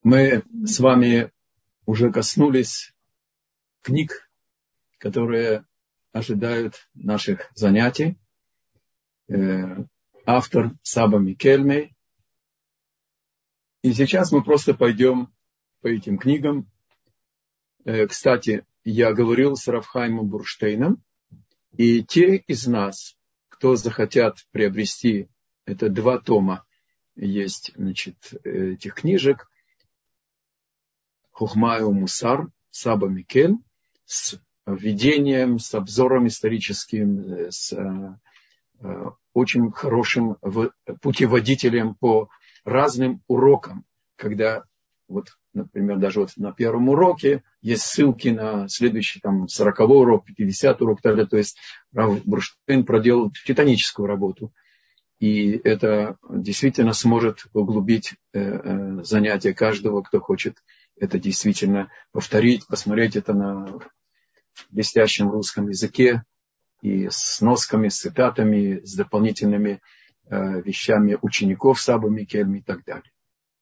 Мы с вами уже коснулись книг, которые ожидают наших занятий. Автор Саба Микельмей. И сейчас мы просто пойдем по этим книгам. Кстати, я говорил с Рав Хаимом Бурштейном, и те из нас, кто захотят приобрести, это 2 тома есть, этих книжек, Хохма и Мусар, Саба Микель, с введением, с обзором историческим, с очень хорошим путеводителем по разным урокам, когда, вот, например, даже вот на первом уроке есть ссылки на следующий, 40-й урок, 50-й урок, то есть Рав Бурштейн проделал титаническую работу. И это действительно сможет углубить занятия каждого, кто хочет это действительно повторить, посмотреть это на блестящем русском языке и с носками, с цитатами, с дополнительными вещами учеников Саба Микельми и так далее.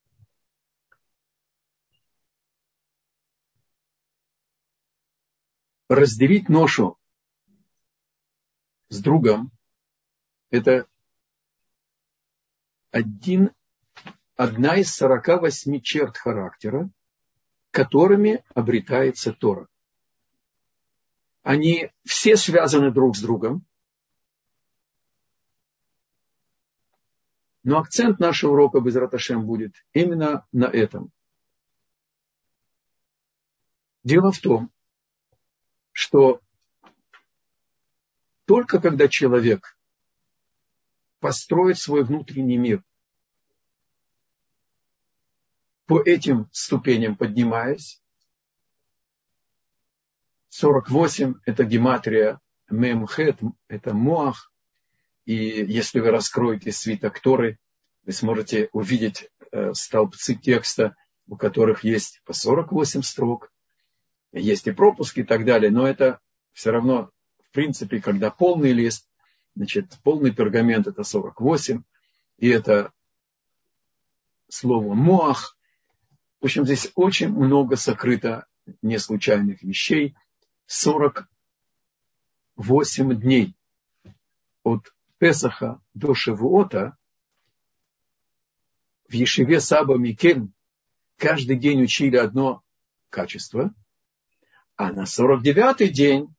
Разделить ношу с другом – это одна из 48 черт характера, которыми обретается Тора. Они все связаны друг с другом. Но акцент нашего урока Бе'эзрат Ашем будет именно на этом. Дело в том, что только когда человек построит свой внутренний мир, по этим ступеням поднимаясь, 48 – это гематрия Мемхет, это Моах. И если вы раскроете свиток Торы, вы сможете увидеть столбцы текста, у которых есть по 48 строк, есть и пропуски и так далее. Но это все равно, в принципе, когда полный лист, полный пергамент – это 48. И это слово Моах. В общем, здесь очень много сокрыто неслучайных вещей. 48 дней от Песаха до Шавуота в Ешиве Саба Микель каждый день учили одно качество, а на 49-й день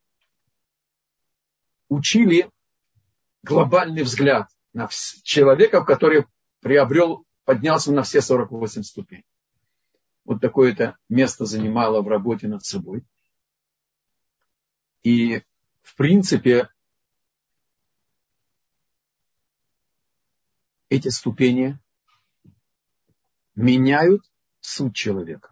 учили глобальный взгляд на человека, который поднялся на все 48 ступеней. Вот такое-то место занимало в работе над собой. И, в принципе, эти ступени меняют суть человека.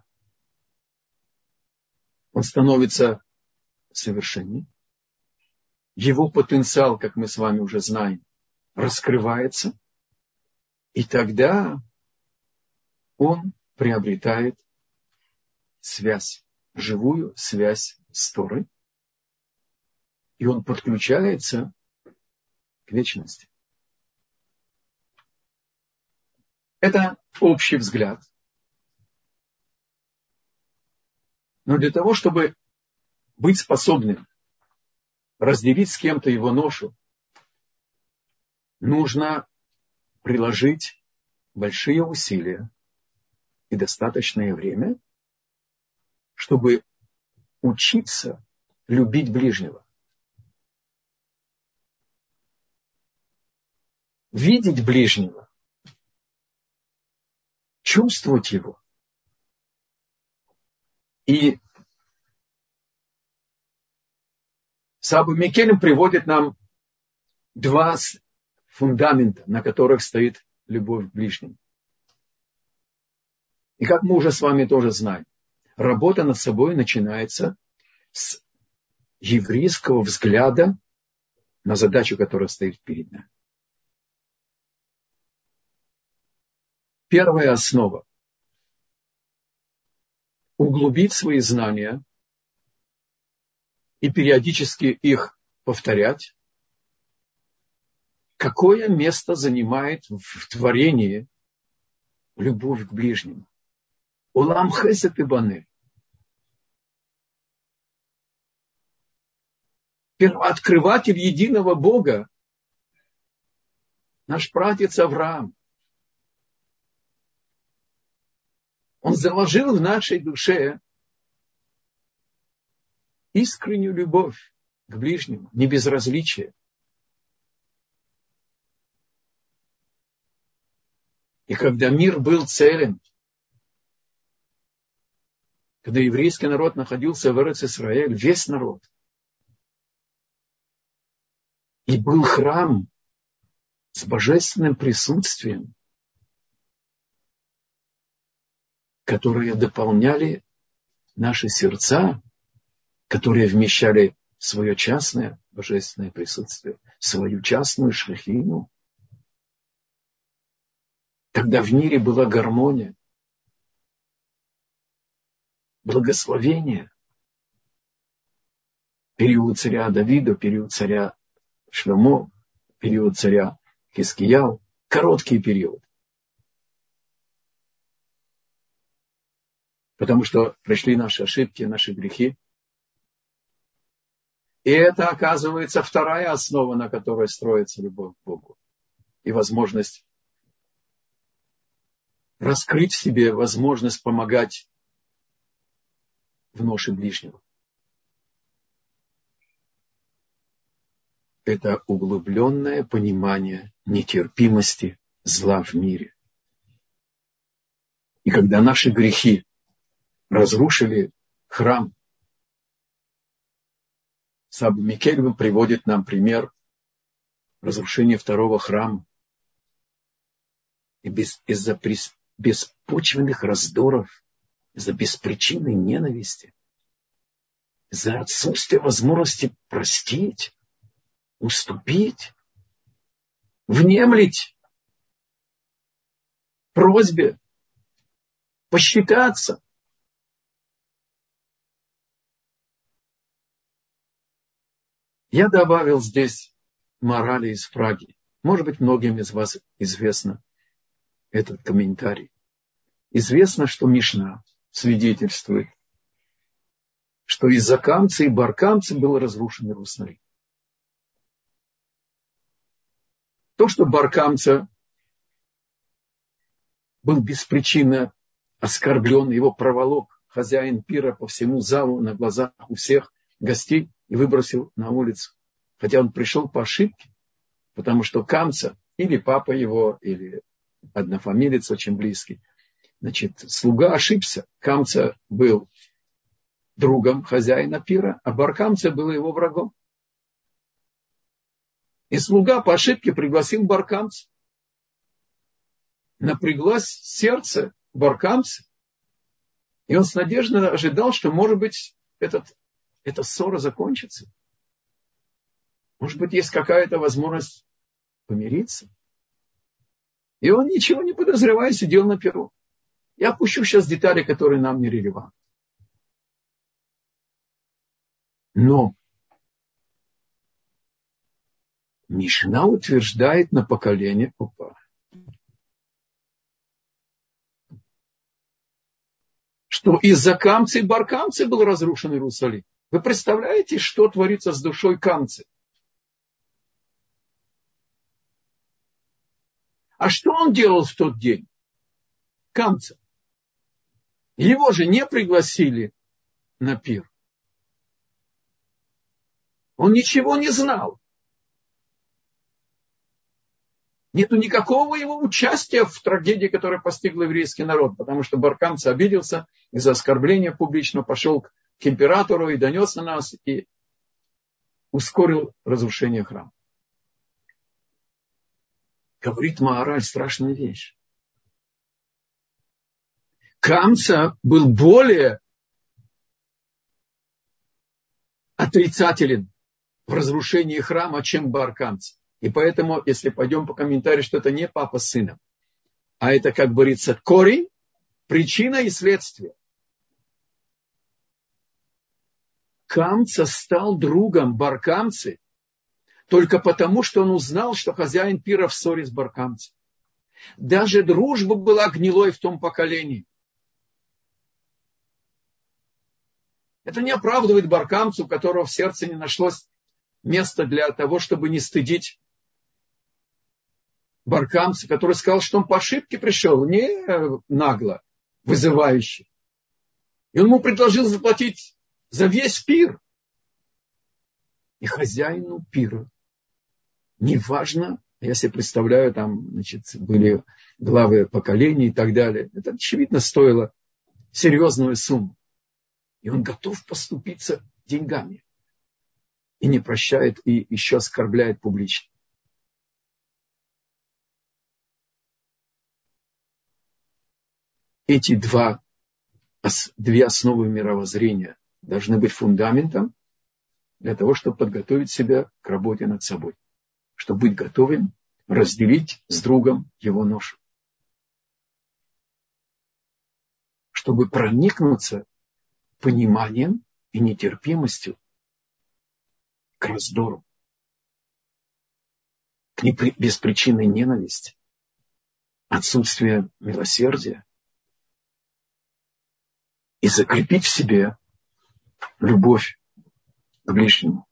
Он становится совершеннее. Его потенциал, как мы с вами уже знаем, раскрывается. И тогда он приобретает связь, живую связь с Торой. И он подключается к вечности. Это общий взгляд. Но для того, чтобы быть способным разделить с кем-то его ношу, нужно приложить большие усилия и достаточное время, чтобы учиться любить ближнего. Видеть ближнего, чувствовать его. И Саба Микель приводит нам 2 фундамента, на которых стоит любовь к ближнему. И как мы уже с вами тоже знаем, работа над собой начинается с еврейского взгляда на задачу, которая стоит перед нами. Первая основа – углубить свои знания и периодически их повторять. Какое место занимает в творении любовь к ближнему? Улам хесед и бане. Первооткрыватель единого Бога, наш пратец Авраам, он заложил в нашей душе искреннюю любовь к ближнему, не безразличие. И когда мир был целен, когда еврейский народ находился в Эрец-Исраэль, весь народ, и был храм с божественным присутствием, которые дополняли наши сердца, которые вмещали свое частное божественное присутствие, свою частную шахину. Тогда в мире была гармония, благословение. Период царя Давида, период царя Шломо, период царя Хискияу, короткий период. Потому что пришли наши ошибки, наши грехи. И это, оказывается, вторая основа, на которой строится любовь к Богу. И возможность раскрыть в себе возможность помогать в ноше ближнего. Это углубленное понимание нетерпимости зла в мире. И когда наши грехи разрушили храм, Саба Микель приводит нам пример разрушения второго храма. И из-за беспочвенных раздоров, из-за беспричинной ненависти, из-за отсутствия возможности простить, уступить, внемлить просьбе, посчитаться. Я добавил здесь морали из Праги. Может быть, многим из вас известно этот комментарий. Известно, что Мишна свидетельствует, что из-за Камцы и Бар-Камцы был разрушен Иерусалим. То, что Бар-Камца был беспричинно оскорблен, его проволок хозяин пира по всему залу на глазах у всех гостей и выбросил на улицу. Хотя он пришел по ошибке, потому что Камца, или папа его, или однофамилец очень близкий, значит, слуга ошибся. Камца был другом хозяина пира, а Бар-Камца был его врагом. И слуга по ошибке пригласил Бар-Камца. Напряглось сердце Бар-Камца, и он с надеждой ожидал, что, может быть, эта ссора закончится. Может быть, есть какая-то возможность помириться. И он, ничего не подозревая, сидел на перу. Я опущу сейчас детали, которые нам не релевантны. Но Мишна утверждает на поколение что из-за Камцы и Бар-Камцы был разрушен Иерусалим. Вы представляете, что творится с душой Камцы? А что он делал в тот день? Камца. Его же не пригласили на пир. Он ничего не знал. Нету никакого его участия в трагедии, которая постигла еврейский народ, потому что Бар-Камца обиделся из-за оскорбления публично, пошел к императору и донес на нас, и ускорил разрушение храма. Говорит Маораль страшную вещь. Камца был более отрицателен в разрушении храма, чем Бар-Камца. И поэтому, если пойдем по комментарию, что это не папа с сыном, а это, как говорится, корень, причина и следствие. Камца стал другом Бар-Камцы только потому, что он узнал, что хозяин пира в ссоре с Бар-Камцем. Даже дружба была гнилой в том поколении. Это не оправдывает Бар-Камцу, у которого в сердце не нашлось места для того, чтобы не стыдить Бар-Камца, который сказал, что он по ошибке пришел, не нагло, вызывающе. И он ему предложил заплатить за весь пир. И хозяину пира, неважно, я себе представляю, там, значит, были главы поколений и так далее. Это, очевидно, стоило серьезную сумму. И он готов поступиться деньгами. И не прощает, и еще оскорбляет публично. Эти две основы мировоззрения должны быть фундаментом для того, чтобы подготовить себя к работе над собой. Чтобы быть готовым разделить с другом его ношу. Чтобы проникнуться пониманием и нетерпимостью к раздору, к беспричинной ненависти, отсутствию милосердия и закрепить в себе любовь к ближнему.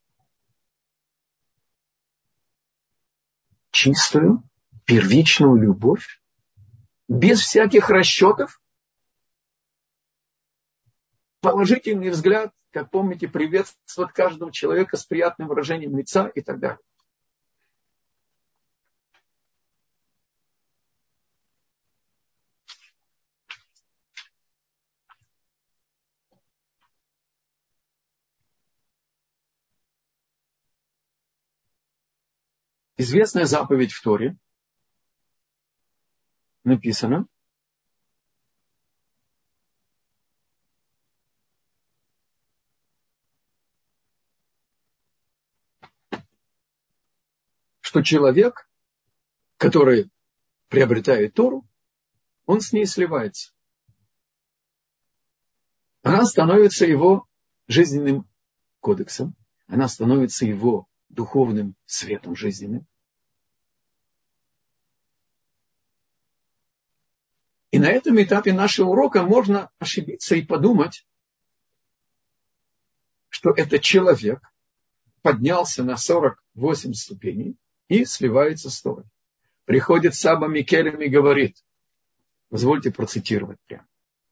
Чистую, первичную любовь, без всяких расчетов, положительный взгляд, как помните, приветствовать каждого человека с приятным выражением лица и так далее. Известная заповедь в Торе написано, что человек, который приобретает Тору, он с ней сливается. Она становится его жизненным кодексом, она становится его духовным светом жизненным. И на этом этапе нашего урока можно ошибиться и подумать, что этот человек поднялся на 48 ступеней и сливается с Торой. Приходит Саба Микелем и говорит, позвольте процитировать прямо.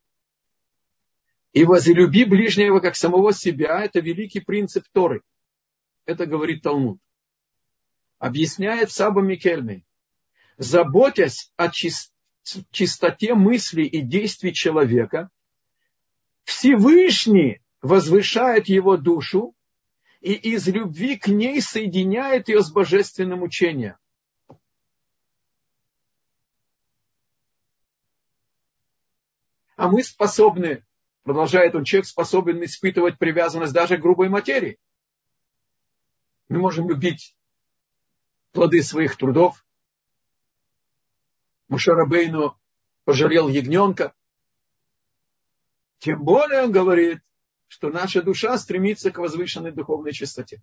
«И возлюби ближнего, как самого себя» – это великий принцип Торы. Это говорит Талмуд. Объясняет Саба Микельми, заботясь о чистоте мыслей и действий человека, Всевышний возвышает его душу и из любви к ней соединяет ее с божественным учением. А мы способны, продолжает он, человек способен испытывать привязанность даже к грубой материи. Мы можем любить плоды своих трудов. Моше Рабейну пожалел ягненка. Тем более он говорит, что наша душа стремится к возвышенной духовной чистоте.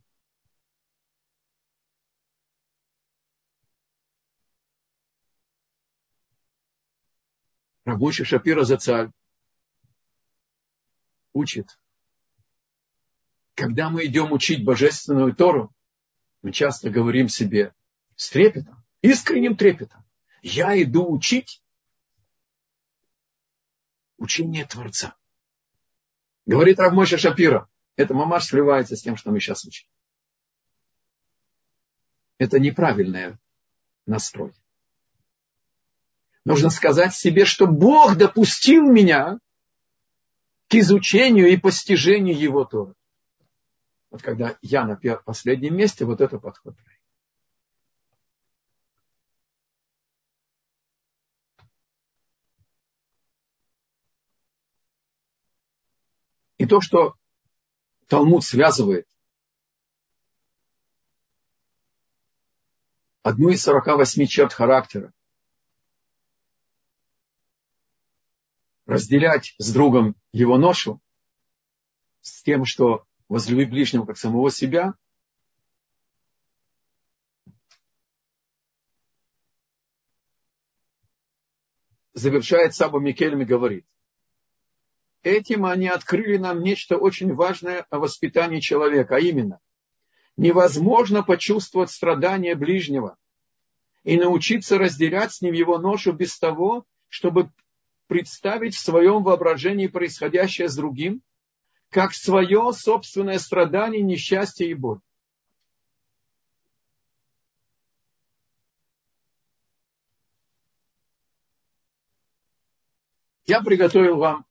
Рав Моше Шапира Зацаль учит, когда мы идем учить божественную Тору, мы часто говорим себе с трепетом, искренним трепетом, я иду учить учение Творца. Говорит Рав Моше Шапира, это мамаш сливается с тем, что мы сейчас учим. Это неправильный настрой. Нужно сказать себе, что Бог допустил меня к изучению и постижению Его Торы. Вот когда я на последнем месте, вот это подход. И то, что Талмуд связывает одну из 48 черт характера, разделять с другом его ношу, с тем, что возлюби ближнего как самого себя, завершает Саба Микельм и говорит, этим они открыли нам нечто очень важное о воспитании человека, а именно, невозможно почувствовать страдания ближнего и научиться разделять с ним его ношу без того, чтобы представить в своем воображении происходящее с другим, как свое собственное страдание, несчастье и боль. Я приготовил вам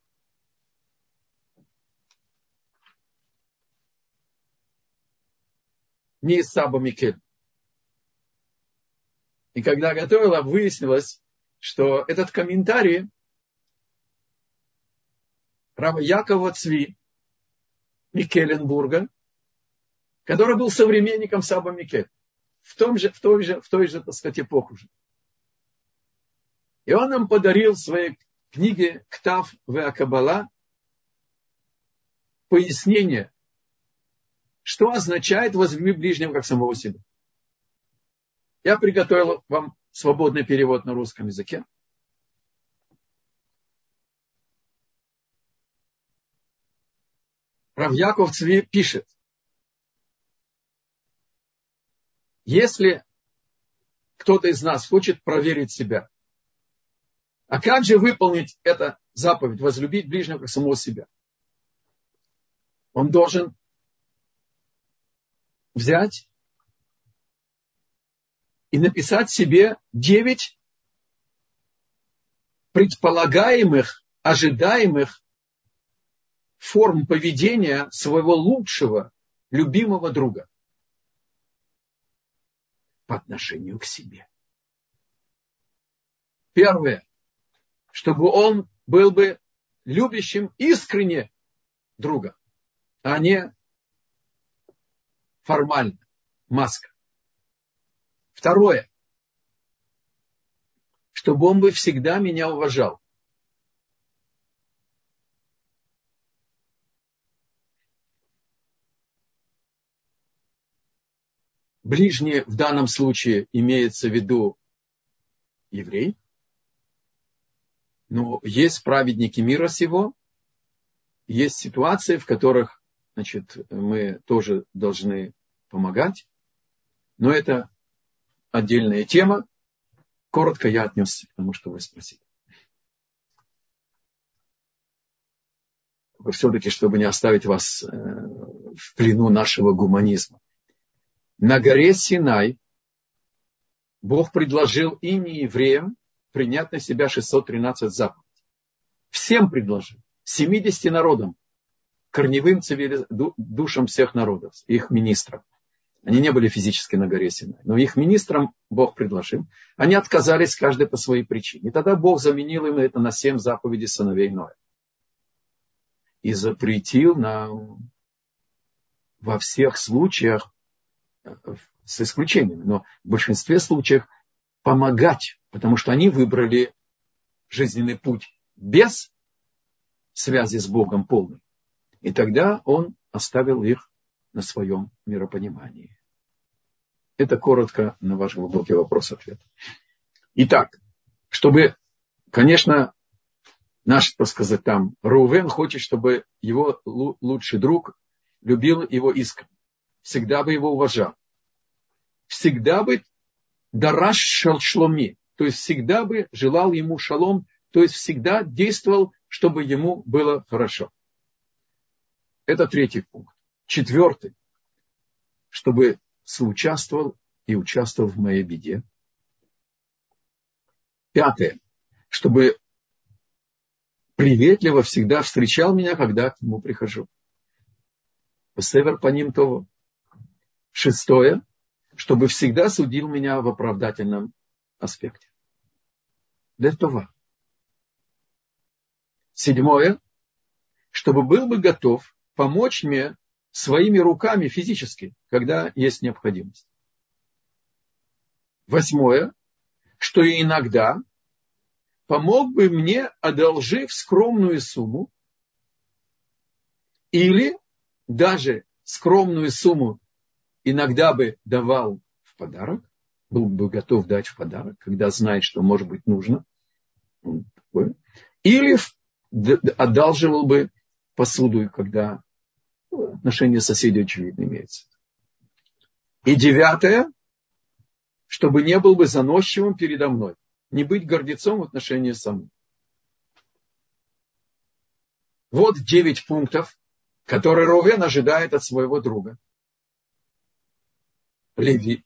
не из Саба Микель. И когда готовила, выяснилось, что этот комментарий рава Якова Цви Микеленбурга, который был современником Саба Микель, в той же, так сказать, эпоху же. И он нам подарил в своей книге «Ктав веакабала» пояснение, что означает возлюби ближнего как самого себя. Я приготовил вам свободный перевод на русском языке. Рав Яков Цви пишет: если кто-то из нас хочет проверить себя, а как же выполнить эту заповедь, возлюбить ближнего как самого себя? Он должен взять и написать себе 9 предполагаемых, ожидаемых форм поведения своего лучшего, любимого друга по отношению к себе. Первое, чтобы он был бы любящим искренне друга, а не формально, маска. Второе, чтобы он бы всегда меня уважал. Ближний в данном случае имеется в виду еврей. Но есть праведники мира сего, есть ситуации, в которых, значит, мы тоже должны помогать. Но это отдельная тема. Коротко я отнесся к тому, что вы спросили. Все-таки, чтобы не оставить вас в плену нашего гуманизма. На горе Синай Бог предложил и неевреям принять на себя 613 заповедей. Всем предложил. 70 народам. Корневым душам всех народов. Их министрам. Они не были физически на горе Синай. Но их министрам Бог предложил. Они отказались каждый по своей причине. И тогда Бог заменил им это на 7 заповедей сыновей Ноя. И запретил нам во всех случаях, с исключениями, но в большинстве случаев помогать, потому что они выбрали жизненный путь без связи с Богом полной. И тогда он оставил их на своем миропонимании. Это коротко на ваш глубокий вопрос-ответ. Итак, чтобы, конечно, наш, так сказать, там, Рувен хочет, чтобы его лучший друг любил его искренне, всегда бы его уважал, всегда бы дараш шломи, то есть всегда бы желал ему шалом, то есть всегда действовал, чтобы ему было хорошо. Это 3 пункт. 4, чтобы соучаствовал и участвовал в моей беде. 5, чтобы приветливо всегда встречал меня, когда к нему прихожу. Север по ним того. 6, чтобы всегда судил меня в оправдательном аспекте. Для того. 7, чтобы был бы готов помочь мне своими руками физически, когда есть необходимость. 8, что и иногда помог бы мне, одолжив скромную сумму, или даже скромную сумму иногда бы давал в подарок, был бы готов дать в подарок, когда знает, что может быть нужно. Или одалживал бы посуду, когда отношения соседей, очевидно, имеются. И 9, чтобы не был бы заносчивым передо мной. Не быть гордецом в отношении со мной. Вот 9 пунктов, которые Рувен ожидает от своего друга. Леви.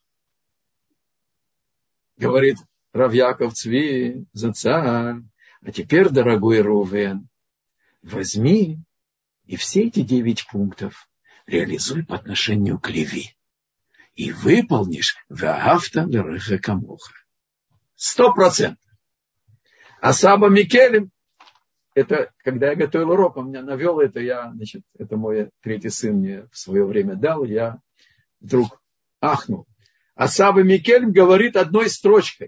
Говорит Рав Яков Цви Зацаль: а теперь, дорогой Рувен, возьми и все эти 9 пунктов реализуй по отношению к Леви. И выполнишь веаавта лереха камоха. 100%. А Саба Микелем, это когда я готовил урок, он меня навел это, это мой 3-й сын мне в свое время дал, я вдруг ахнул. А Саба Микелем говорит одной строчкой.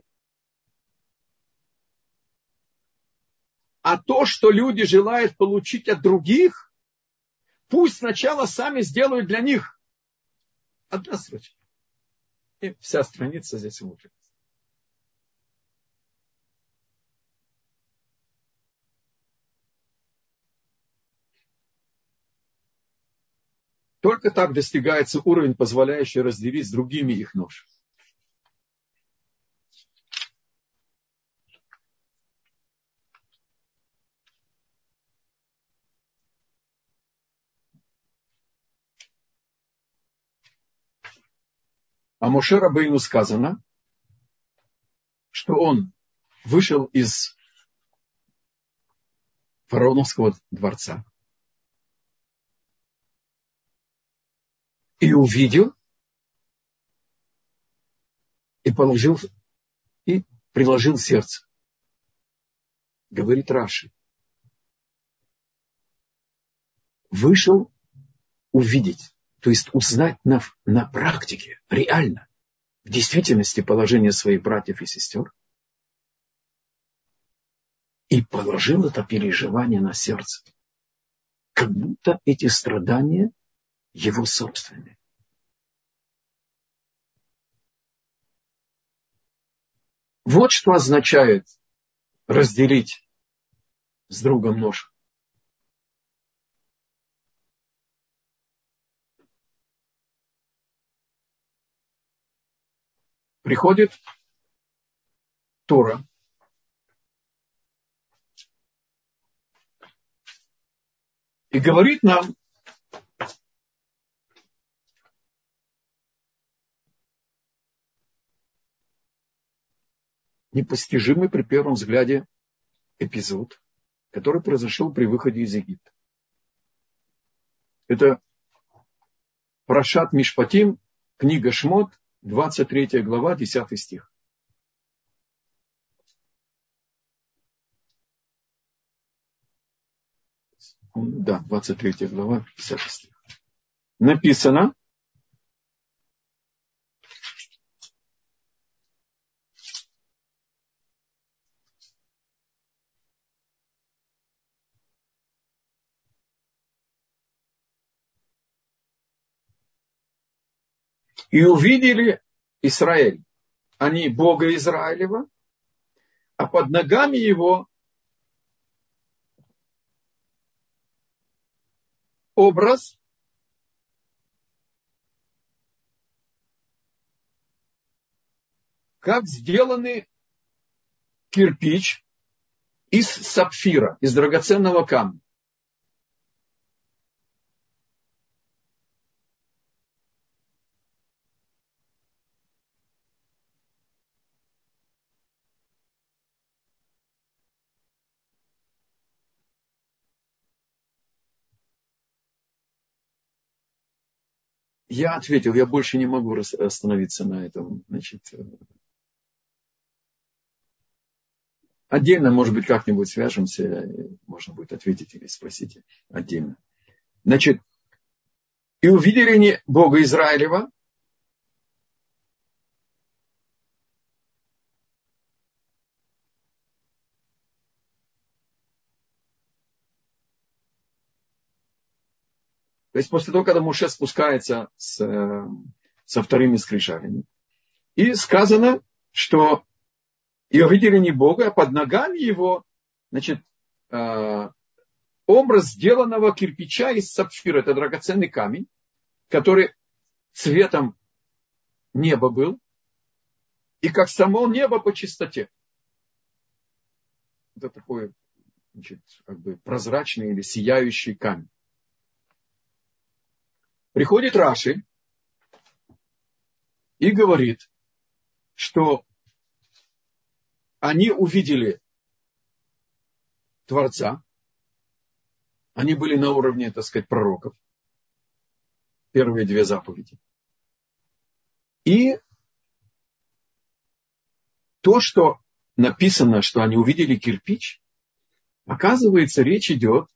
А то, что люди желают получить от других, пусть сначала сами сделают для них. Одна строчка. И вся страница здесь выложена. Только так достигается уровень, позволяющий разделить с другими их нож. А Моше Рабейну сказано, что он вышел из фараоновского дворца и увидел, и приложил сердце. Говорит Раши. Вышел увидеть, то есть узнать на практике, реально, в действительности положение своих братьев и сестер, и положил это переживание на сердце. Как будто эти страдания его собственные. Вот что означает разделить с другом нож. Приходит Тора. И говорит нам, непостижимый при первом взгляде эпизод, который произошел при выходе из Египта. Это Парашат Мишпатим, книга Шмот, 23 глава, 10 стих. Да, 23 глава, 10 стих. Написано: и увидели Израиль, они Бога Израилева, а под ногами его образ как сделанный кирпич из сапфира, из драгоценного камня. Я ответил, я больше не могу остановиться на этом. Отдельно, может быть, как-нибудь свяжемся, можно будет ответить или спросить отдельно. И увидели они Бога Израилева, то есть после того, когда Моше спускается со вторыми скрижалями, и сказано, что и увидели не Бога, а под ногами его, образ сделанного кирпича из сапфира. Это драгоценный камень, который цветом неба был, и как само небо по чистоте. Это такой, значит, как бы прозрачный или сияющий камень. Приходит Раши и говорит, что они увидели Творца, они были на уровне, так сказать, пророков, первые две заповеди. И то, что написано, что они увидели кирпич, оказывается, речь идет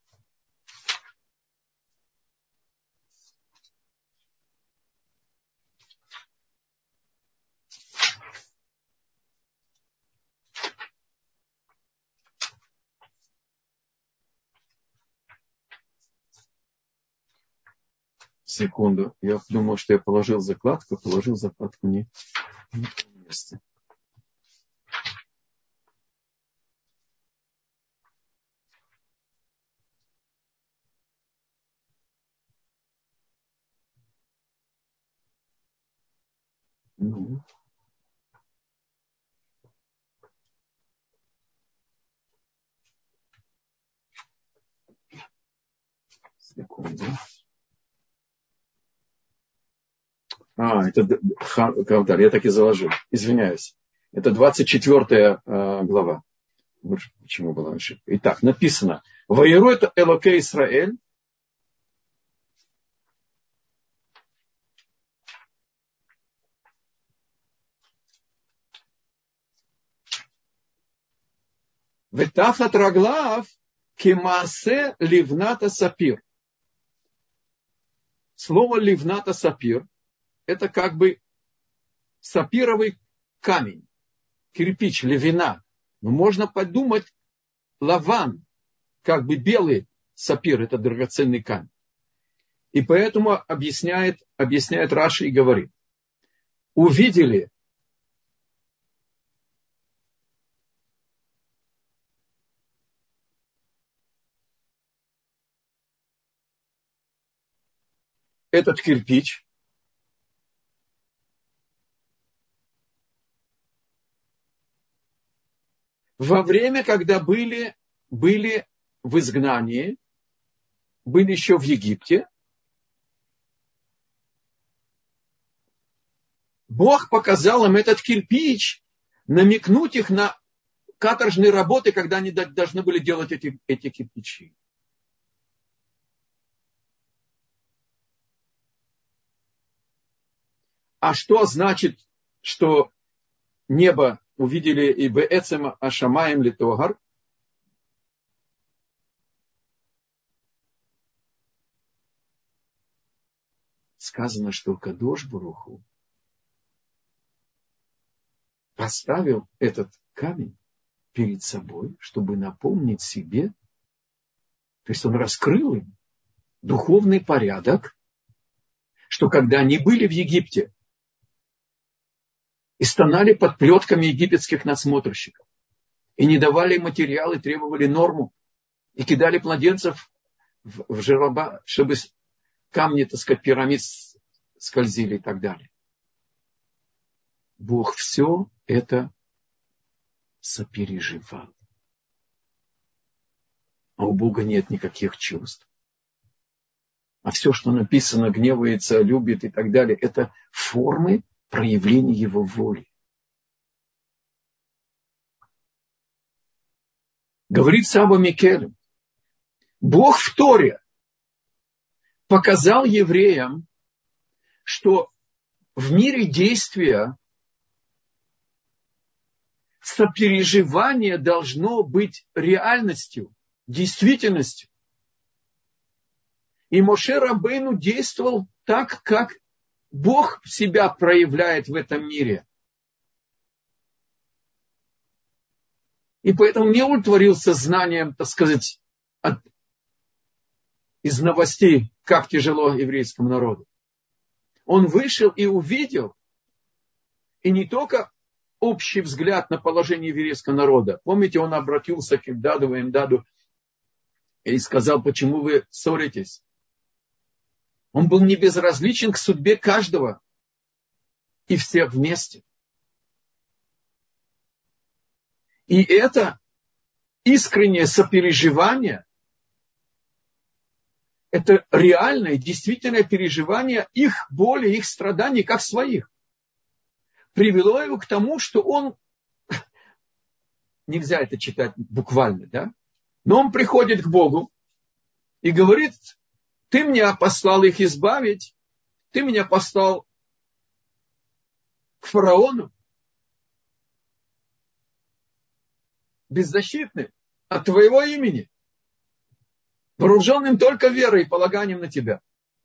секунду. Я думал, что я положил закладку не в том месте. Ну. Секунду. Это Кавдар, я так и заложил. Извиняюсь. Это 24 глава. Почему была ошибка? Итак, написано. Ваеру это Элокей Исраэль. Ветахат раглав кемаасе ливната сапир. Слово ливната сапир это как бы сапировый камень, кирпич, левина. Но можно подумать, лаван, как бы белый сапир, это драгоценный камень. И поэтому объясняет Раши и говорит, увидели этот кирпич, во время, когда были в изгнании, были еще в Египте, Бог показал им этот кирпич, намекнуть их на каторжные работы, когда они должны были делать эти кирпичи. А что значит, что небо увидели и беэцем ашамаем литогар? Сказано, что Кадош Барух Ху поставил этот камень перед собой, чтобы напомнить себе, то есть он раскрыл им духовный порядок, что когда они были в Египте и стонали под плетками египетских надсмотрщиков, и не давали материалы, требовали норму, и кидали младенцев в жероба, чтобы камни, так сказать, пирамид скользили и так далее. Бог все это сопереживал. А у Бога нет никаких чувств. А все, что написано, гневается, любит и так далее, это формы проявления Его воли. Говорит Саба Микелем, Бог в Торе показал евреям, что в мире действия сопереживание должно быть реальностью, действительностью. И Моше Рабейну действовал так, как Бог себя проявляет в этом мире. И поэтому не удовлетворился знанием, так сказать, из новостей, как тяжело еврейскому народу. Он вышел и увидел, и не только общий взгляд на положение еврейского народа. Помните, он обратился к Эльдаду и Эмдаду И сказал, почему вы ссоритесь? Он был не безразличен к судьбе каждого и всех вместе. И это искреннее сопереживание, это реальное, действительное переживание их боли, их страданий, как своих, привело его к тому, что он, нельзя это читать буквально, да? Но он приходит к Богу и говорит, ты меня послал их избавить, ты меня послал к фараону, беззащитным, от твоего имени, вооруженным только верой и полаганием на тебя.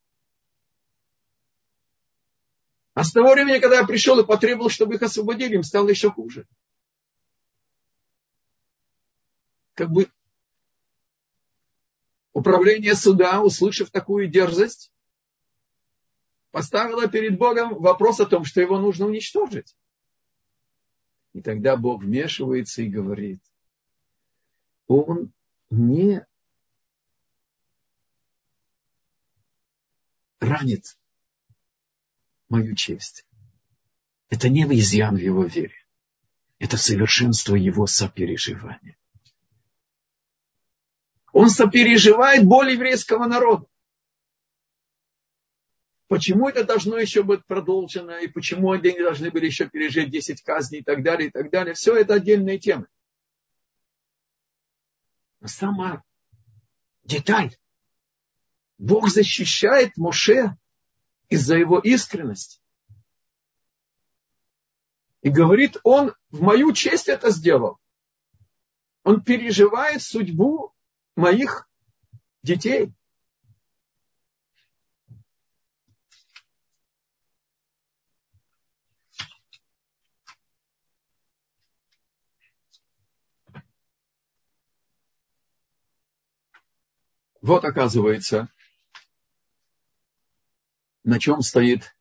А с того времени, когда я пришел и потребовал, чтобы их освободили, им стало еще хуже. Как бы управление суда, услышав такую дерзость, поставило перед Богом вопрос о том, что его нужно уничтожить. И тогда Бог вмешивается и говорит, он не ранит мою честь. Это не изъян в его вере. Это совершенство его сопереживания. Он сопереживает боль еврейского народа. Почему это должно еще быть продолжено, и почему они должны были еще пережить 10 казней и так далее, и так далее. Все это отдельные темы. Но сама деталь. Бог защищает Моше из-за его искренности. И говорит, он в мою честь это сделал. Он переживает судьбу моих детей. Вот, оказывается, на чем стоит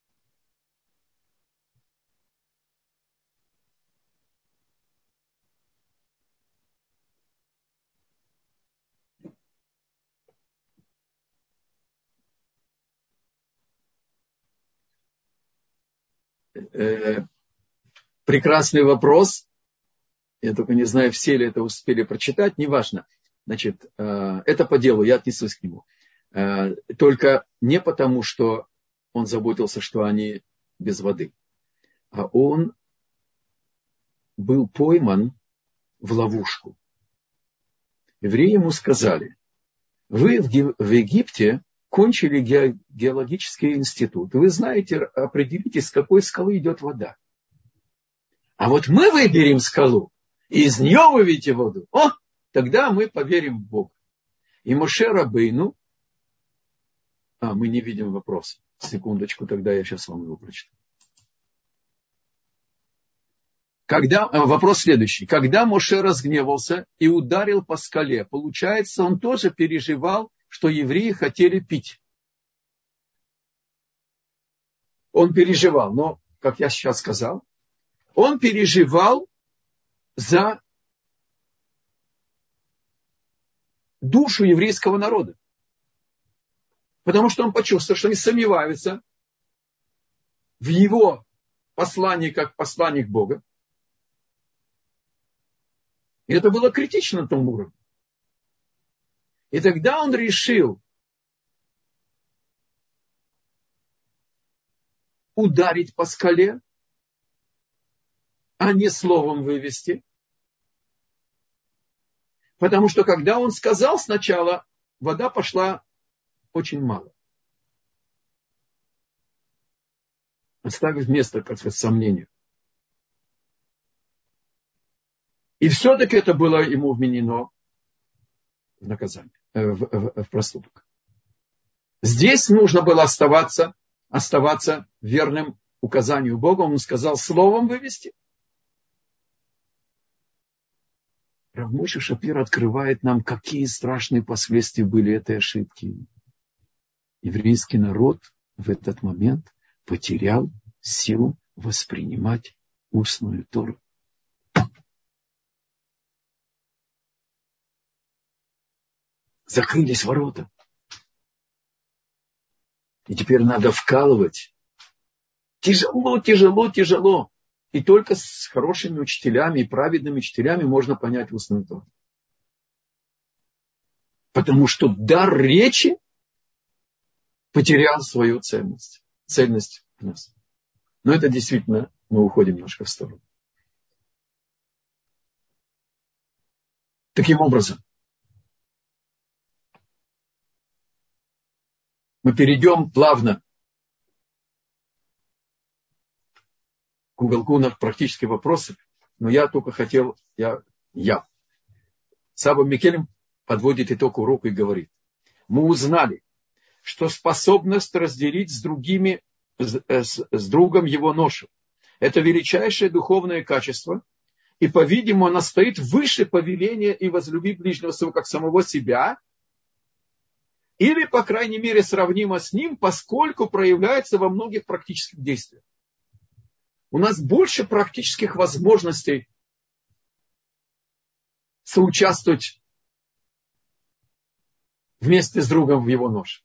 прекрасный вопрос. Я только не знаю, все ли это успели прочитать, неважно. Значит, это по делу, я отнесусь к нему. Только не потому, что он заботился, что они без воды, а он был пойман в ловушку. Евреи ему сказали, вы в Египте кончили геологический институт, вы знаете, определите, с какой скалы идет вода. А вот мы выберем скалу, и из нее выведете воду. О, тогда мы поверим в Бога. И Моше Рабейну, мы не видим вопроса. Секундочку, тогда я сейчас вам его прочитаю. Вопрос следующий. Когда Моше разгневался и ударил по скале, получается, он тоже переживал, что евреи хотели пить. Он переживал, но, как я сейчас сказал, он переживал за душу еврейского народа. Потому что он почувствовал, что они сомневаются в его послании как посланник Бога. И это было критично на том уровне. И тогда он решил ударить по скале, а не словом вывести. Потому что когда он сказал сначала, вода пошла очень мало. Оставив место, как сказать, сомнению. И все-таки это было ему вменено в наказание, в проступок. Здесь нужно было оставаться верным указанию Бога. Он сказал словом вывести. Рав Моше Шапир открывает нам, какие страшные последствия были этой ошибки. Еврейский народ в этот момент потерял силу воспринимать устную Тору. Закрылись ворота. И теперь надо вкалывать. Тяжело, тяжело, тяжело. И только с хорошими учителями и праведными учителями можно понять устную Тору. Потому что дар речи потерял свою ценность. Ценность в нас. Но это действительно, мы уходим немножко в сторону. Таким образом, мы перейдем плавно к уголку на практические вопросы, но я только хотел, Саба Микелем подводит итог урока и говорит, мы узнали, что способность разделить с другом его ношу – это величайшее духовное качество, и, по-видимому, оно стоит выше повеления и возлюби ближнего своего как самого себя, или, по крайней мере, сравнимо с ним, поскольку проявляется во многих практических действиях. У нас больше практических возможностей соучаствовать вместе с другом в его ноше.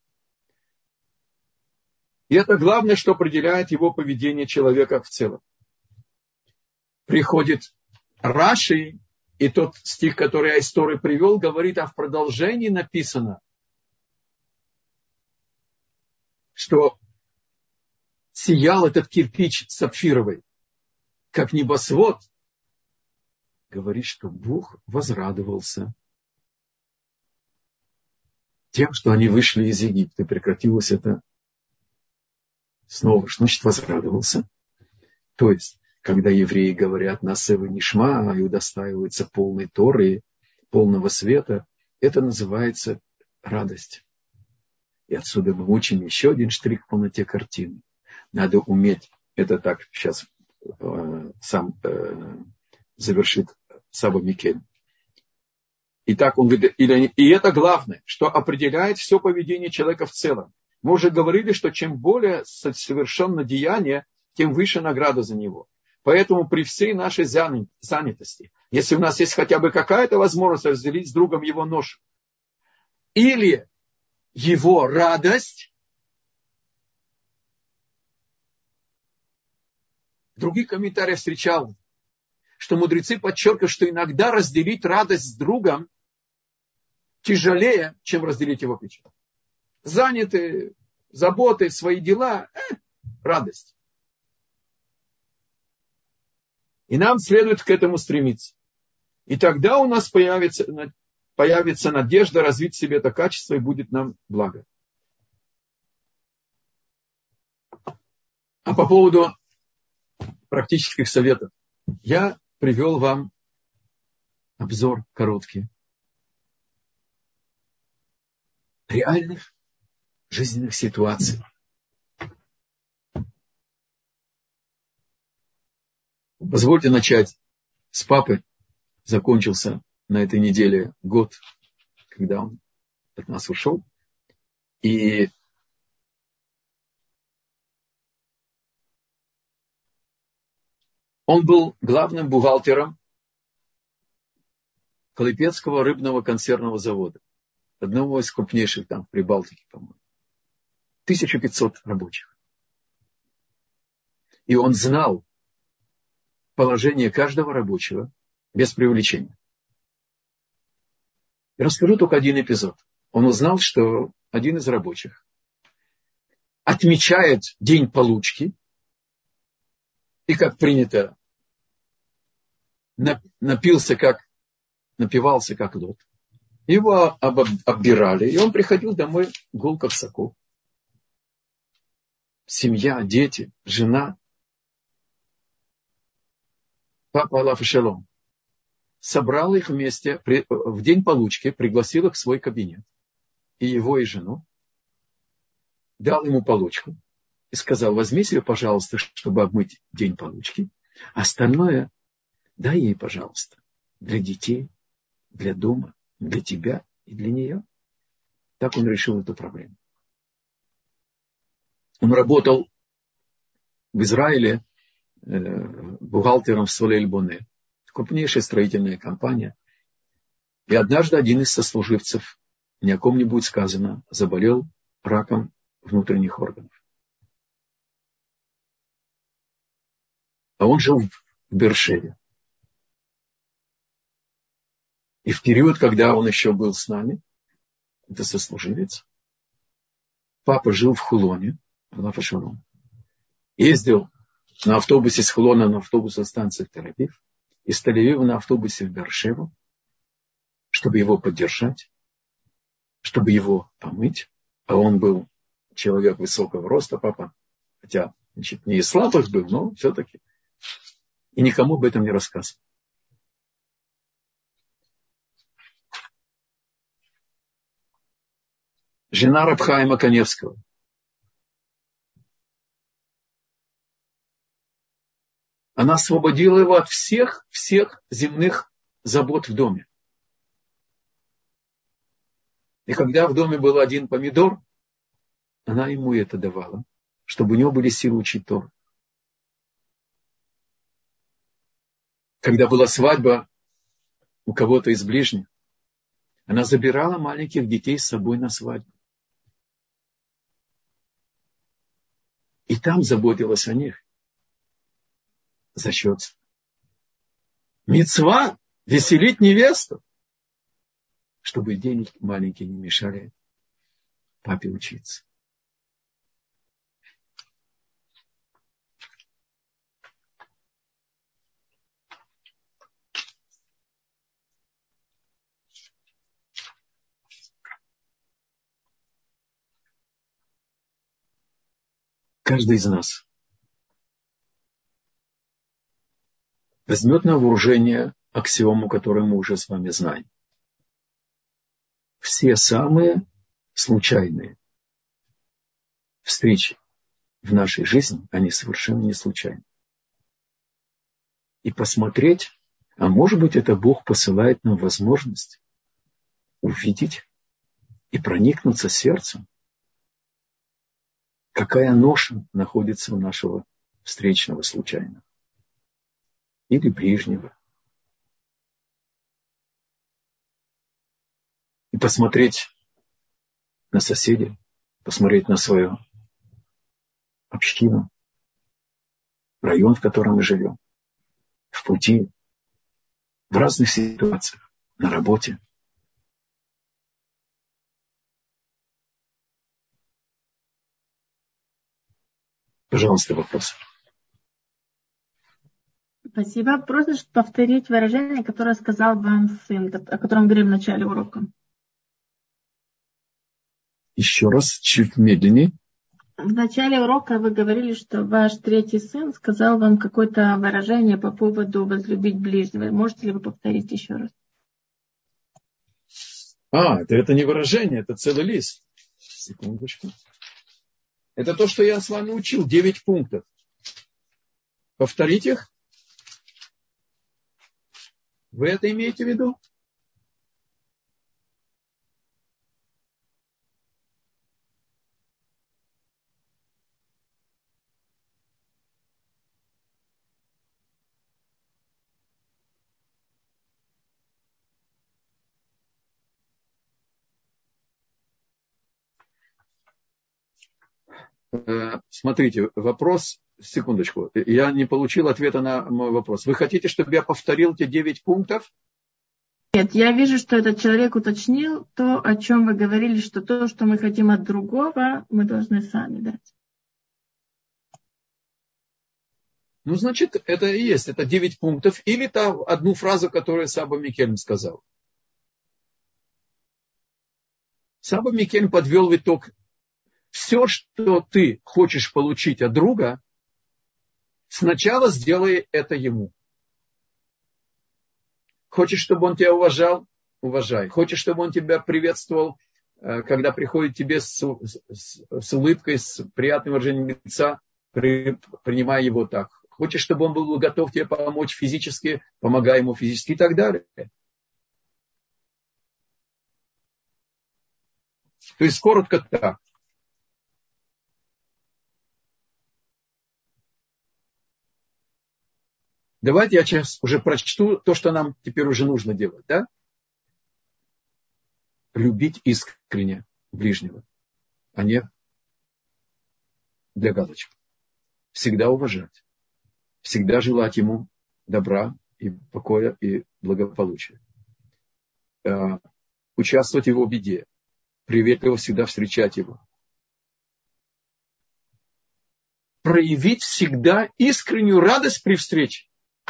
И это главное, что определяет его поведение человека в целом. Приходит Раши, и тот стих, который я из Торы привел, говорит, а в продолжении написано, что сиял этот кирпич сапфировый, как небосвод, говорит, что Бог возрадовался тем, что они вышли из Египта, и прекратилось это снова. Что значит возрадовался? То есть, когда евреи говорят «Насева нишма» и удостаиваются полной Торы, полного света, это называется радость. И отсюда мы учим еще один штрих в полноте картины. Надо уметь, это так сейчас сам завершит Саба Микель. Итак, он говорит, и это главное, что определяет все поведение человека в целом. Мы уже говорили, что чем более совершенно деяние, тем выше награда за него. Поэтому при всей нашей занятости, если у нас есть хотя бы какая-то возможность разделить с другом его ношу, или его радость, в других комментариях встречал, что мудрецы подчеркивают, что иногда разделить радость с другом тяжелее, чем разделить его печаль. Заняты заботой, свои дела, радость. И нам следует к этому стремиться. И тогда у нас появится надежда развить в себе это качество, и будет нам благо. А по поводу практических советов. Я привел вам обзор короткий реальных жизненных ситуаций. Позвольте начать с папы. Закончился на этой неделе год, когда он от нас ушел. И он был главным бухгалтером Колыпецкого рыбного консервного завода. Одного из крупнейших там в Прибалтике, по-моему. 1500 рабочих. И он знал положение каждого рабочего без привлечения. И расскажу только один эпизод. Он узнал, что один из рабочих отмечает день получки и, как принято, напивался как лот. Его оббирали, и он приходил домой гол как сокол. Семья, дети, жена. Папа Аллах шалом собрал их вместе в день получки, пригласил их в свой кабинет. И его, и жену. Дал ему получку. И сказал, возьми себе, пожалуйста, чтобы обмыть день получки. Остальное дай ей, пожалуйста, для детей, для дома, для тебя и для нее. Так он решил эту проблему. Он работал в Израиле бухгалтером в Солель-Боне. Крупнейшая строительная компания. И однажды один из сослуживцев ни о ком не будет сказано, заболел раком внутренних органов. А он жил в Беэр-Шеве. И в период, когда он еще был с нами, это сослуживец, папа жил в Хулоне, ездил на автобусе с Хулона на автобусную станцию в Тель-Авив, из Тель-Авива на автобусе в Беэр-Шеву, чтобы его поддержать, чтобы его помыть. А он был человек высокого роста, папа, хотя значит, не из слабых был, но все-таки. И никому об этом не рассказывал. Жена Рав Хаима Каневского. Она освободила его от всех земных забот в доме. И когда в доме был один помидор, она ему это давала, чтобы у него были силы учить Тору. Когда была свадьба у кого-то из ближних, она забирала маленьких детей с собой на свадьбу. И там заботилась о них. За счет мицва веселить невесту, чтобы дети маленькие не мешали папе учиться. Каждый из нас возьмет на вооружение аксиому, которую мы уже с вами знаем. Все самые случайные встречи в нашей жизни, они совершенно не случайны. И посмотреть, а может быть, это Бог посылает нам возможность увидеть и проникнуться сердцем, какая ноша находится у нашего встречного случайного или ближнего. И посмотреть на соседей, посмотреть на свою общину, район, в котором мы живем, в пути, в разных ситуациях, на работе. Пожалуйста, вопрос. Спасибо. Просьба повторить выражение, которое сказал вам сын, о котором говорили в начале урока. Еще раз, чуть медленнее. В начале урока вы говорили, что ваш третий сын сказал вам какое-то выражение по поводу возлюбить ближнего. Можете ли вы повторить еще раз? Это не выражение, это целый лист. Секундочку. Это то, что я с вами учил. 9 пунктов. Повторить их? Вы это имеете в виду? Смотрите, вопрос, секундочку, я не получил ответа на мой вопрос. Вы хотите, чтобы я повторил те 9 пунктов? Нет, я вижу, что этот человек уточнил то, о чем вы говорили, что то, что мы хотим от другого, мы должны сами дать. Значит, это и есть, это 9 пунктов, или та одну фразу, которую Саба Микельм сказал. Саба Микельм подвел в итог. Все, что ты хочешь получить от друга, сначала сделай это ему. Хочешь, чтобы он тебя уважал? Уважай. Хочешь, чтобы он тебя приветствовал, когда приходит тебе с улыбкой, с приятным выражением лица, принимай его так. Хочешь, чтобы он был готов тебе помочь физически, помогай ему физически и так далее. То есть, коротко так. Давайте я сейчас уже прочту то, что нам теперь уже нужно делать, да? любить искренне ближнего, а не для галочки. Всегда уважать. Всегда желать ему добра и покоя и благополучия. Участвовать в его беде. Приветливо всегда встречать его. Проявить всегда искреннюю радость при встрече.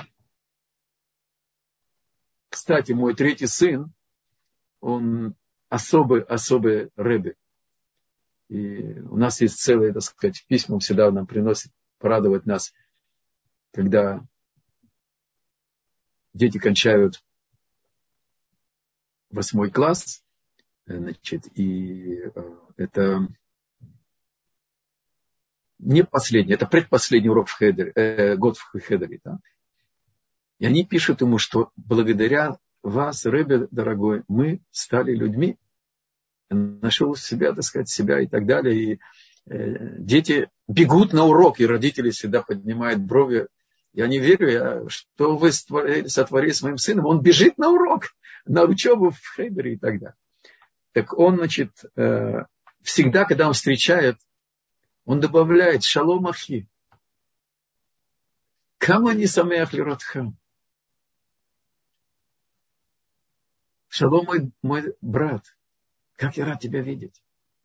Кстати, мой третий сын, он особый ребе. И у нас есть целые, так сказать, письма, он всегда нам приносит порадовать нас, когда дети кончают 8 класс, значит, и это не последний, это предпоследний урок в Хедере, год в Хедере. Да? И они пишут ему, что благодаря вас, Ребе, дорогой, мы стали людьми, нашел себя, так сказать, себя и так далее. И дети бегут на урок, и родители всегда поднимают брови. Я не верю, что вы сотворили с моим сыном. Он бежит на урок, на учебу в Хейбере и так далее. Так он, значит, всегда, когда он встречает, он добавляет «Шалом ахи». «Кама не самеах лиротхам». «Шалом, мой брат». Как я рад тебя видеть.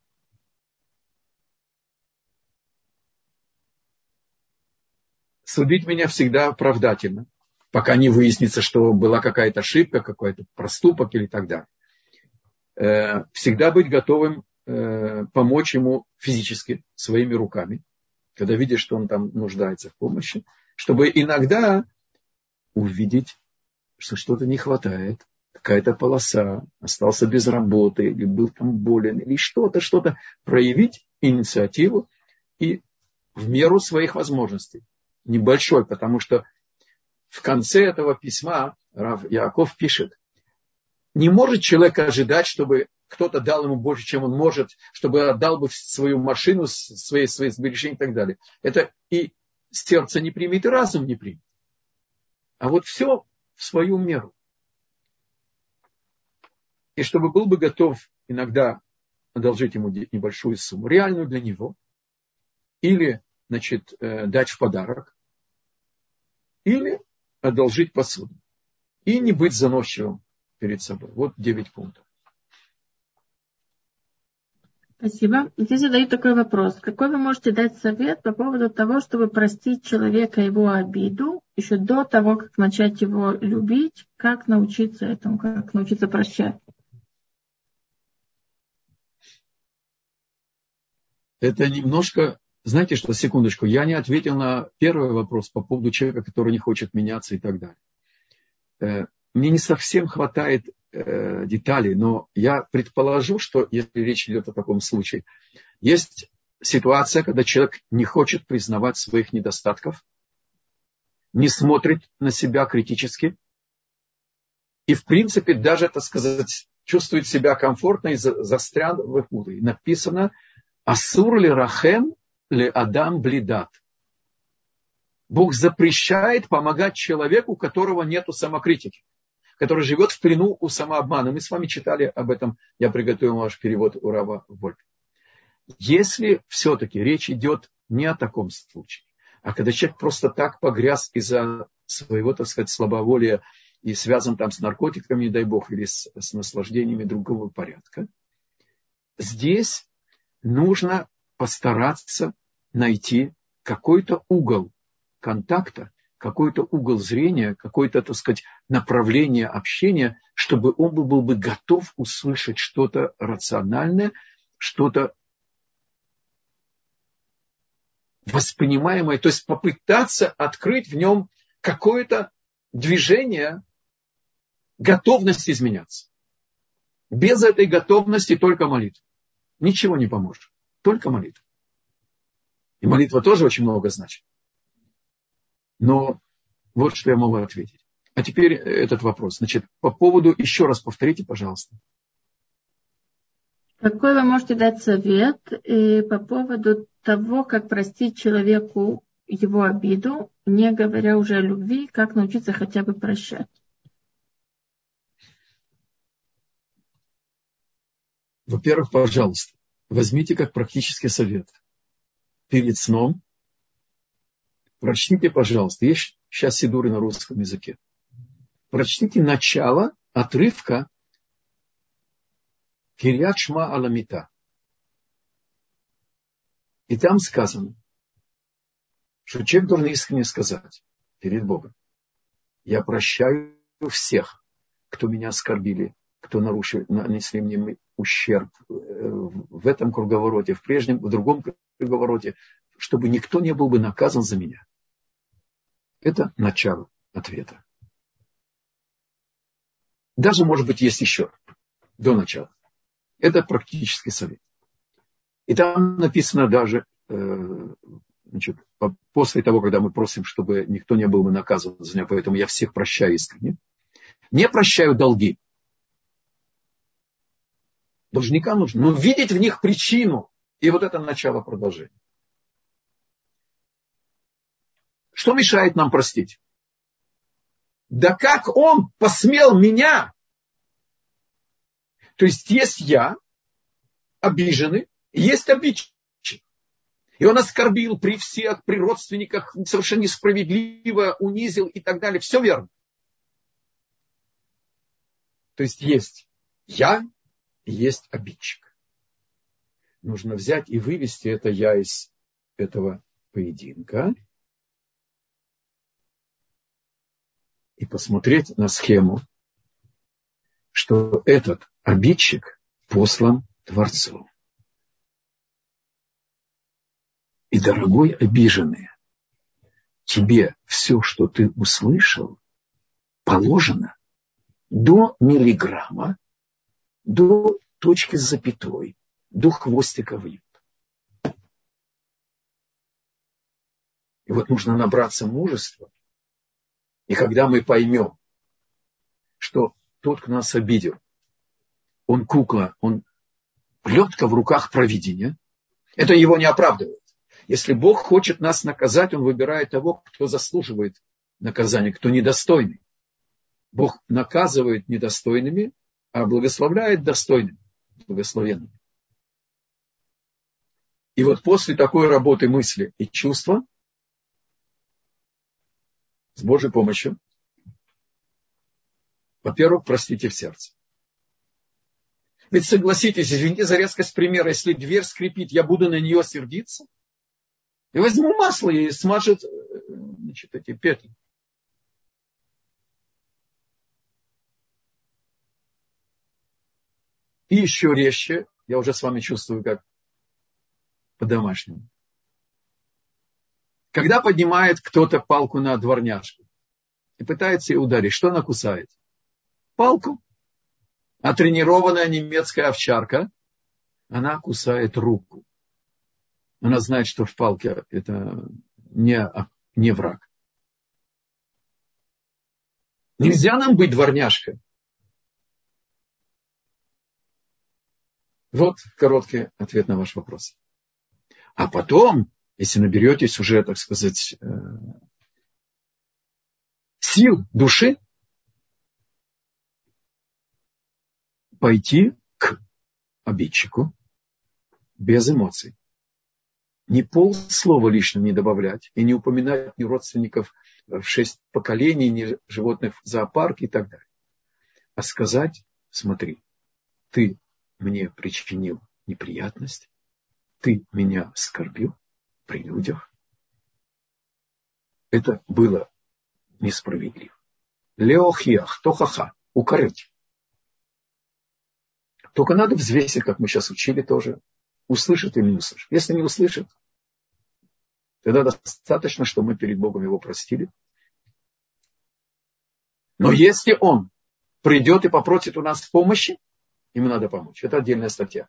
Судить меня всегда оправдательно, пока не выяснится, что была какая-то ошибка, какой-то проступок или так далее. Всегда быть готовым помочь ему физически, своими руками, когда видишь, что он там нуждается в помощи, чтобы иногда увидеть, что что-то не хватает. Какая-то полоса, остался без работы, или был там болен, или что-то, проявить инициативу и в меру своих возможностей. Небольшой, потому что в конце этого письма Рав Яаков пишет, не может человек ожидать, чтобы кто-то дал ему больше, чем он может, чтобы отдал бы свою машину, свои сбережения и так далее. Это и сердце не примет, и разум не примет. А вот все в свою меру. И чтобы был бы готов иногда одолжить ему небольшую сумму, реальную для него, или, значит, дать в подарок, или одолжить посуду. И не быть заносчивым перед собой. Вот 9 пунктов. Спасибо. Здесь задают такой вопрос. Какой вы можете дать совет по поводу того, чтобы простить человека его обиду, еще до того, как начать его любить, как научиться этому, как научиться прощать? Это немножко, знаете что, секундочку, я не ответил на первый вопрос по поводу человека, который не хочет меняться и так далее. Мне не совсем хватает деталей, но я предположу, что если речь идет о таком случае, есть ситуация, когда человек не хочет признавать своих недостатков, не смотрит на себя критически и, в принципе, даже, так сказать, чувствует себя комфортно и застрян в их муре. Написано «Асур ли рахем ли адам блидат». Бог запрещает помогать человеку, у которого нету самокритики, который живет в плену у самообмана. Мы с вами читали об этом, я приготовил ваш перевод у Рава Вольфа. Если все-таки речь идет не о таком случае, а когда человек просто так погряз из-за своего, так сказать, слабоволия и связан там с наркотиками, не дай бог, или с наслаждениями другого порядка, здесь нужно постараться найти какой-то угол контакта, какой-то угол зрения, какое-то, так сказать, направление общения, чтобы он был бы готов услышать что-то рациональное, что-то воспринимаемое, то есть попытаться открыть в нем какое-то движение, готовность изменяться. Без этой готовности только молитва. Ничего не поможет. Только молитва. И молитва тоже очень много значит. Но вот что я могу ответить. А теперь этот вопрос. Значит, по поводу, еще раз повторите, пожалуйста. Какой вы можете дать совет по поводу того, как простить человеку его обиду, не говоря уже о любви, как научиться хотя бы прощать? Во-первых, пожалуйста, возьмите как практический совет. Перед сном прочтите, пожалуйста, есть сейчас сидуры на русском языке. Прочтите начало отрывка Кирьят Шма Аламита. И там сказано, что человек должен искренне сказать перед Богом: я прощаю всех, кто меня оскорбили, кто нанесли мне ущерб в этом круговороте, в прежнем, в другом круговороте, чтобы никто не был бы наказан за меня. Это начало ответа. Даже, может быть, есть еще до начала. Это практический совет. И там написано даже, значит, после того, когда мы просим, чтобы никто не был бы наказан за меня, поэтому я всех прощаю искренне. Не прощаю долги. Должникам нужно, но видеть в них причину. И вот это начало продолжения. Что мешает нам простить? Да как он посмел меня? То есть я, обиженный, и есть обидчик. И он оскорбил при всех, при родственниках, совершенно несправедливо, унизил и так далее. Все верно. То есть я и есть обидчик. Нужно взять и вывести это я из этого поединка и посмотреть на схему, что этот обидчик послан Творцом. И, дорогой обиженный, тебе все, что ты услышал, положено до миллиграмма, до точки с запятой, до хвостика вьют. И вот нужно набраться мужества. И когда мы поймем, что тот, кто нас обидел, он кукла, он плетка в руках провидения, это его не оправдывает. Если Бог хочет нас наказать, Он выбирает того, кто заслуживает наказания, кто недостойный. Бог наказывает недостойными, а благословляет достойными, благословенными. И вот после такой работы мысли и чувства, с Божьей помощью, во-первых, простите в сердце. Ведь согласитесь, извините за резкость примера, если дверь скрипит, я буду на нее сердиться? И возьму масло и смажет, значит, эти петли. И еще резче, я уже с вами чувствую, как по-домашнему. Когда поднимает кто-то палку на дворняжку и пытается ее ударить, что она кусает? Палку. А тренированная немецкая овчарка, она кусает руку. Она знает, что в палке это не враг. Нельзя нам быть дворняжкой. Вот короткий ответ на ваш вопрос. А потом, если наберетесь уже, так сказать, сил души, пойти к обидчику без эмоций. Ни полслова лишнего не добавлять и не упоминать ни родственников в 6 поколений, ни животных в зоопарке и так далее. А сказать: смотри, ты мне причинил неприятность, ты меня оскорбил при людях. Это было несправедливо. Леохиах, тохаха, укорить. Только надо взвесить, как мы сейчас учили тоже, услышит или не услышит. Если не услышит, тогда достаточно, что мы перед Богом его простили. Но если он придет и попросит у нас помощи, ему надо помочь. Это отдельная статья.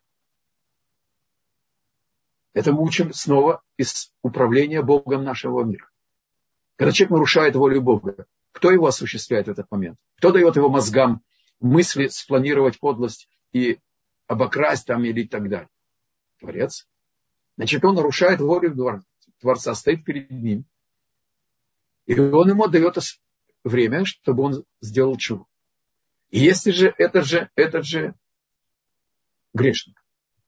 Это мы учим снова из управления Богом нашего мира. Когда человек нарушает волю Бога, кто его осуществляет в этот момент? Кто дает его мозгам мысли спланировать подлость и обокрасть там или так далее? Творец. Значит, он нарушает волю Творца, стоит перед ним. И он ему дает время, чтобы он сделал чудо. И если же этот же грешник,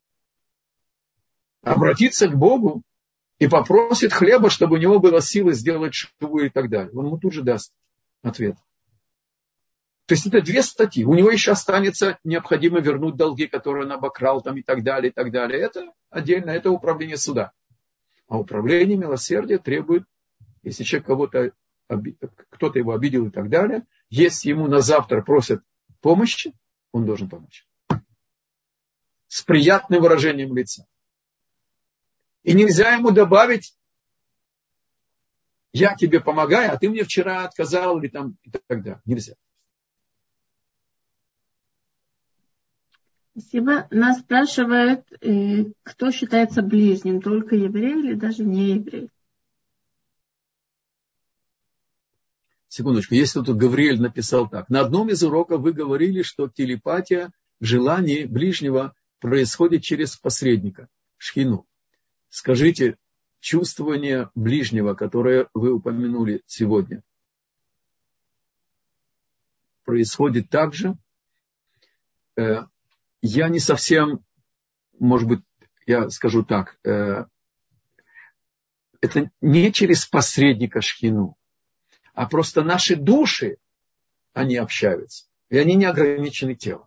обратится к Богу и попросит хлеба, чтобы у него было силы сделать шуву и так далее, он ему тут же даст ответ. То есть это две статьи. У него еще останется необходимо вернуть долги, которые он обокрал там, и так далее, и так далее. Это отдельно, это управление суда. А управление милосердия требует, если человек кто-то его обидел и так далее, если ему на завтра просят помощи, он должен помочь. С приятным выражением лица. И нельзя ему добавить: я тебе помогаю, а ты мне вчера отказал, или там, и так далее. Нельзя. Спасибо. Нас спрашивают, кто считается ближним, только еврей или даже не еврей? Секундочку, если тут Гавриэль написал так. На одном из уроков вы говорили, что телепатия в желании ближнего происходит через посредника, шхину. Скажите, чувствование ближнего, которое вы упомянули сегодня, происходит так же? Я не совсем, может быть, я скажу так, это не через посредника шхину, а просто наши души, они общаются, и они не ограничены телом.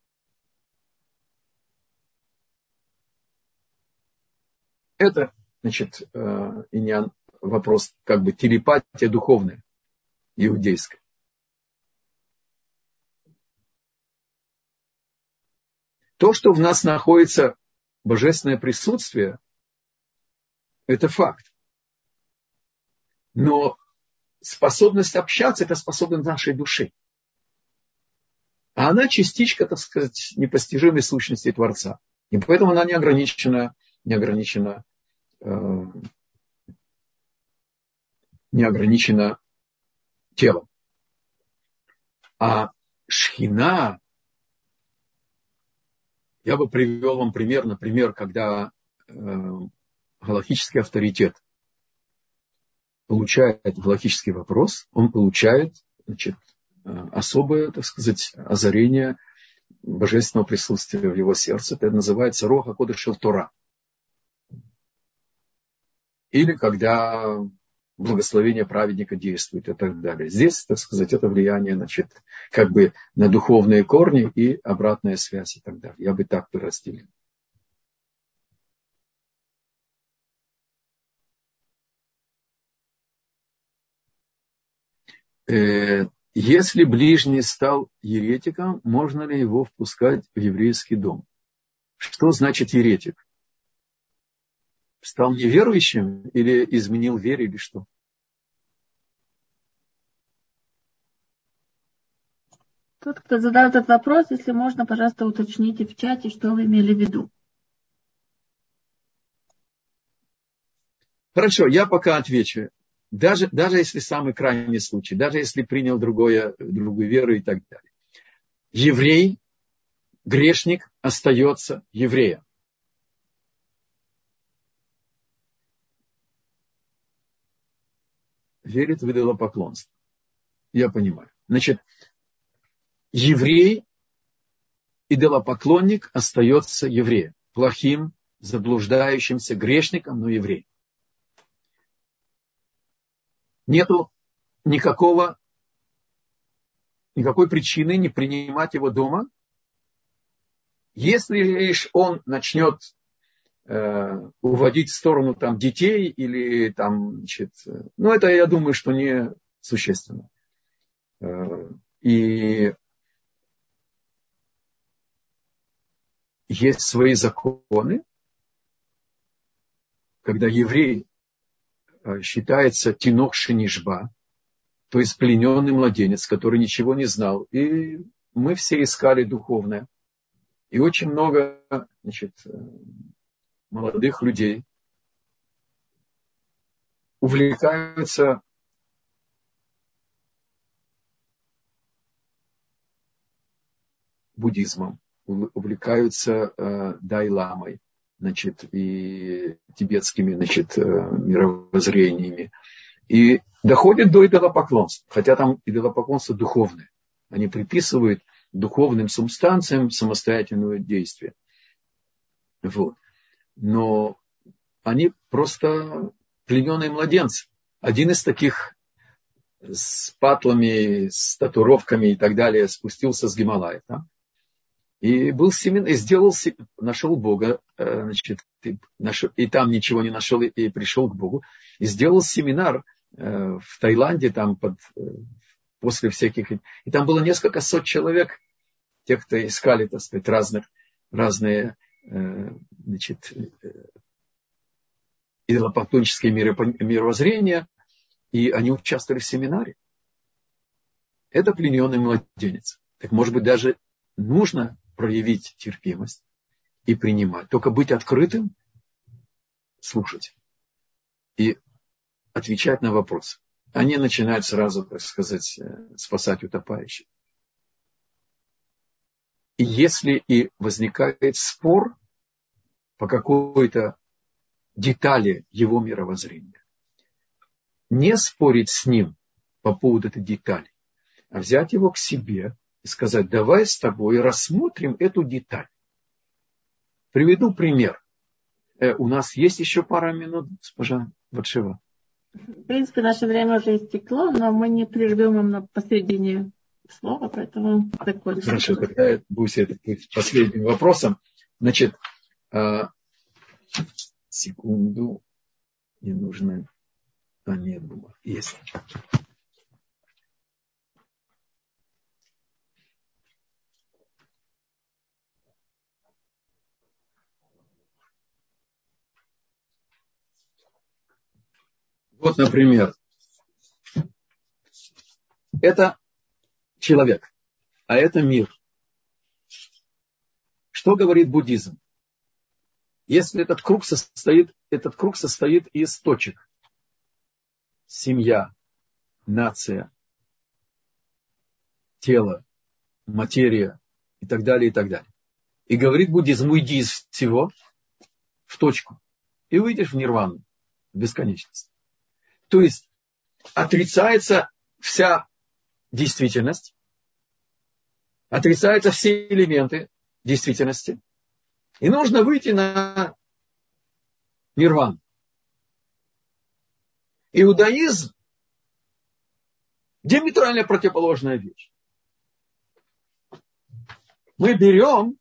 Это, значит, вопрос, как бы телепатия духовная, иудейская. То, что в нас находится божественное присутствие, это факт. Но способность общаться – это способность нашей души. А она частичка, так сказать, непостижимой сущности Творца. И поэтому она не ограничена телом. А шхина, я бы привел вам пример, например, когда галахический авторитет получает галахический вопрос, он получает, значит, особое, так сказать, озарение божественного присутствия в его сердце. Это называется Руах ха-Кодеш шел-Тора. Или когда благословение праведника действует и так далее. Здесь, так сказать, это влияние, значит, как бы на духовные корни и обратная связь и так далее. Я бы так разделил. Если ближний стал еретиком, можно ли его впускать в еврейский дом? Что значит еретик? Стал неверующим или изменил вере, или что? Тот, кто задал этот вопрос, если можно, пожалуйста, уточните в чате, что вы имели в виду. Хорошо, я пока отвечу. Даже если самый крайний случай, даже если принял другую веру и так далее. Еврей, грешник остается евреем. Верит в идолопоклонство. Я понимаю. Значит, еврей, идолопоклонник остается евреем. Плохим, заблуждающимся, грешником, но евреем. Нету никакой причины не принимать его дома, если лишь он начнет уводить в сторону там, детей или там, значит, ну, это, я думаю, что не существенно. И есть свои законы, когда еврей считается тинох шенишба, то есть плененный младенец, который ничего не знал. И мы все искали духовное. И очень много, значит, молодых людей увлекаются буддизмом, увлекаются Далай-ламой, значит, и тибетскими, значит, мировоззрениями. И доходят до идолопоклонства, хотя там идолопоклонство духовное. Они приписывают духовным субстанциям самостоятельное действие. Вот. Но они просто плененные младенцы. Один из таких с патлами, с татуировками и так далее спустился с Гималая. Да? И был семинар, и нашел Бога, значит, и там ничего не нашел, и пришел к Богу. И сделал семинар в Таиланде, там после всяких... И там было несколько сот человек, тех, кто искали, так сказать, разные значит, идолопоклоннические мировоззрения, и они участвовали в семинаре. Это плененный младенец. Так, может быть, даже нужно проявить терпимость и принимать. Только быть открытым, слушать и отвечать на вопросы. Они начинают сразу, так сказать, спасать утопающих. И если и возникает спор по какой-то детали его мировоззрения, не спорить с ним по поводу этой детали, а взять его к себе и сказать: давай с тобой рассмотрим эту деталь. Приведу пример. У нас есть еще пара минут, госпожа Батшева? В принципе, наше время уже истекло, но мы не прервем им на посередине слова, поэтому закончим. Хорошо, тогда будет это последним вопросом. Значит, секунду, не нужно... нет, бумаг. Есть. Вот, например, это человек, а это мир. Что говорит буддизм? Если этот круг состоит из точек: семья, нация, тело, материя и так далее, и так далее. И говорит буддизм: уйди из всего в точку и выйдешь в нирвану, в бесконечность. То есть отрицается вся действительность, отрицаются все элементы действительности, и нужно выйти на нирвану. Иудаизм – диаметрально противоположная вещь. Мы берем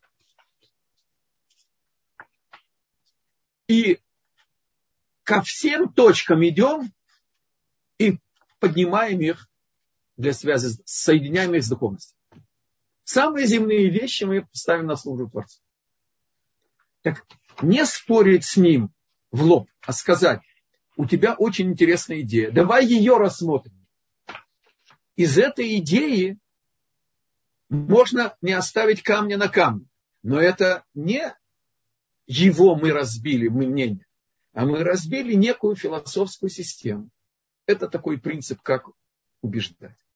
и ко всем точкам идем и поднимаем их для связи, соединяем их с духовностью. Самые земные вещи мы ставим на службу Творцу. Так не спорить с ним в лоб, а сказать: у тебя очень интересная идея, давай ее рассмотрим. Из этой идеи можно не оставить камня на камне. Но это не его мы разбили, мы мнение, а мы разбили некую философскую систему. Это такой принцип, как убеждать.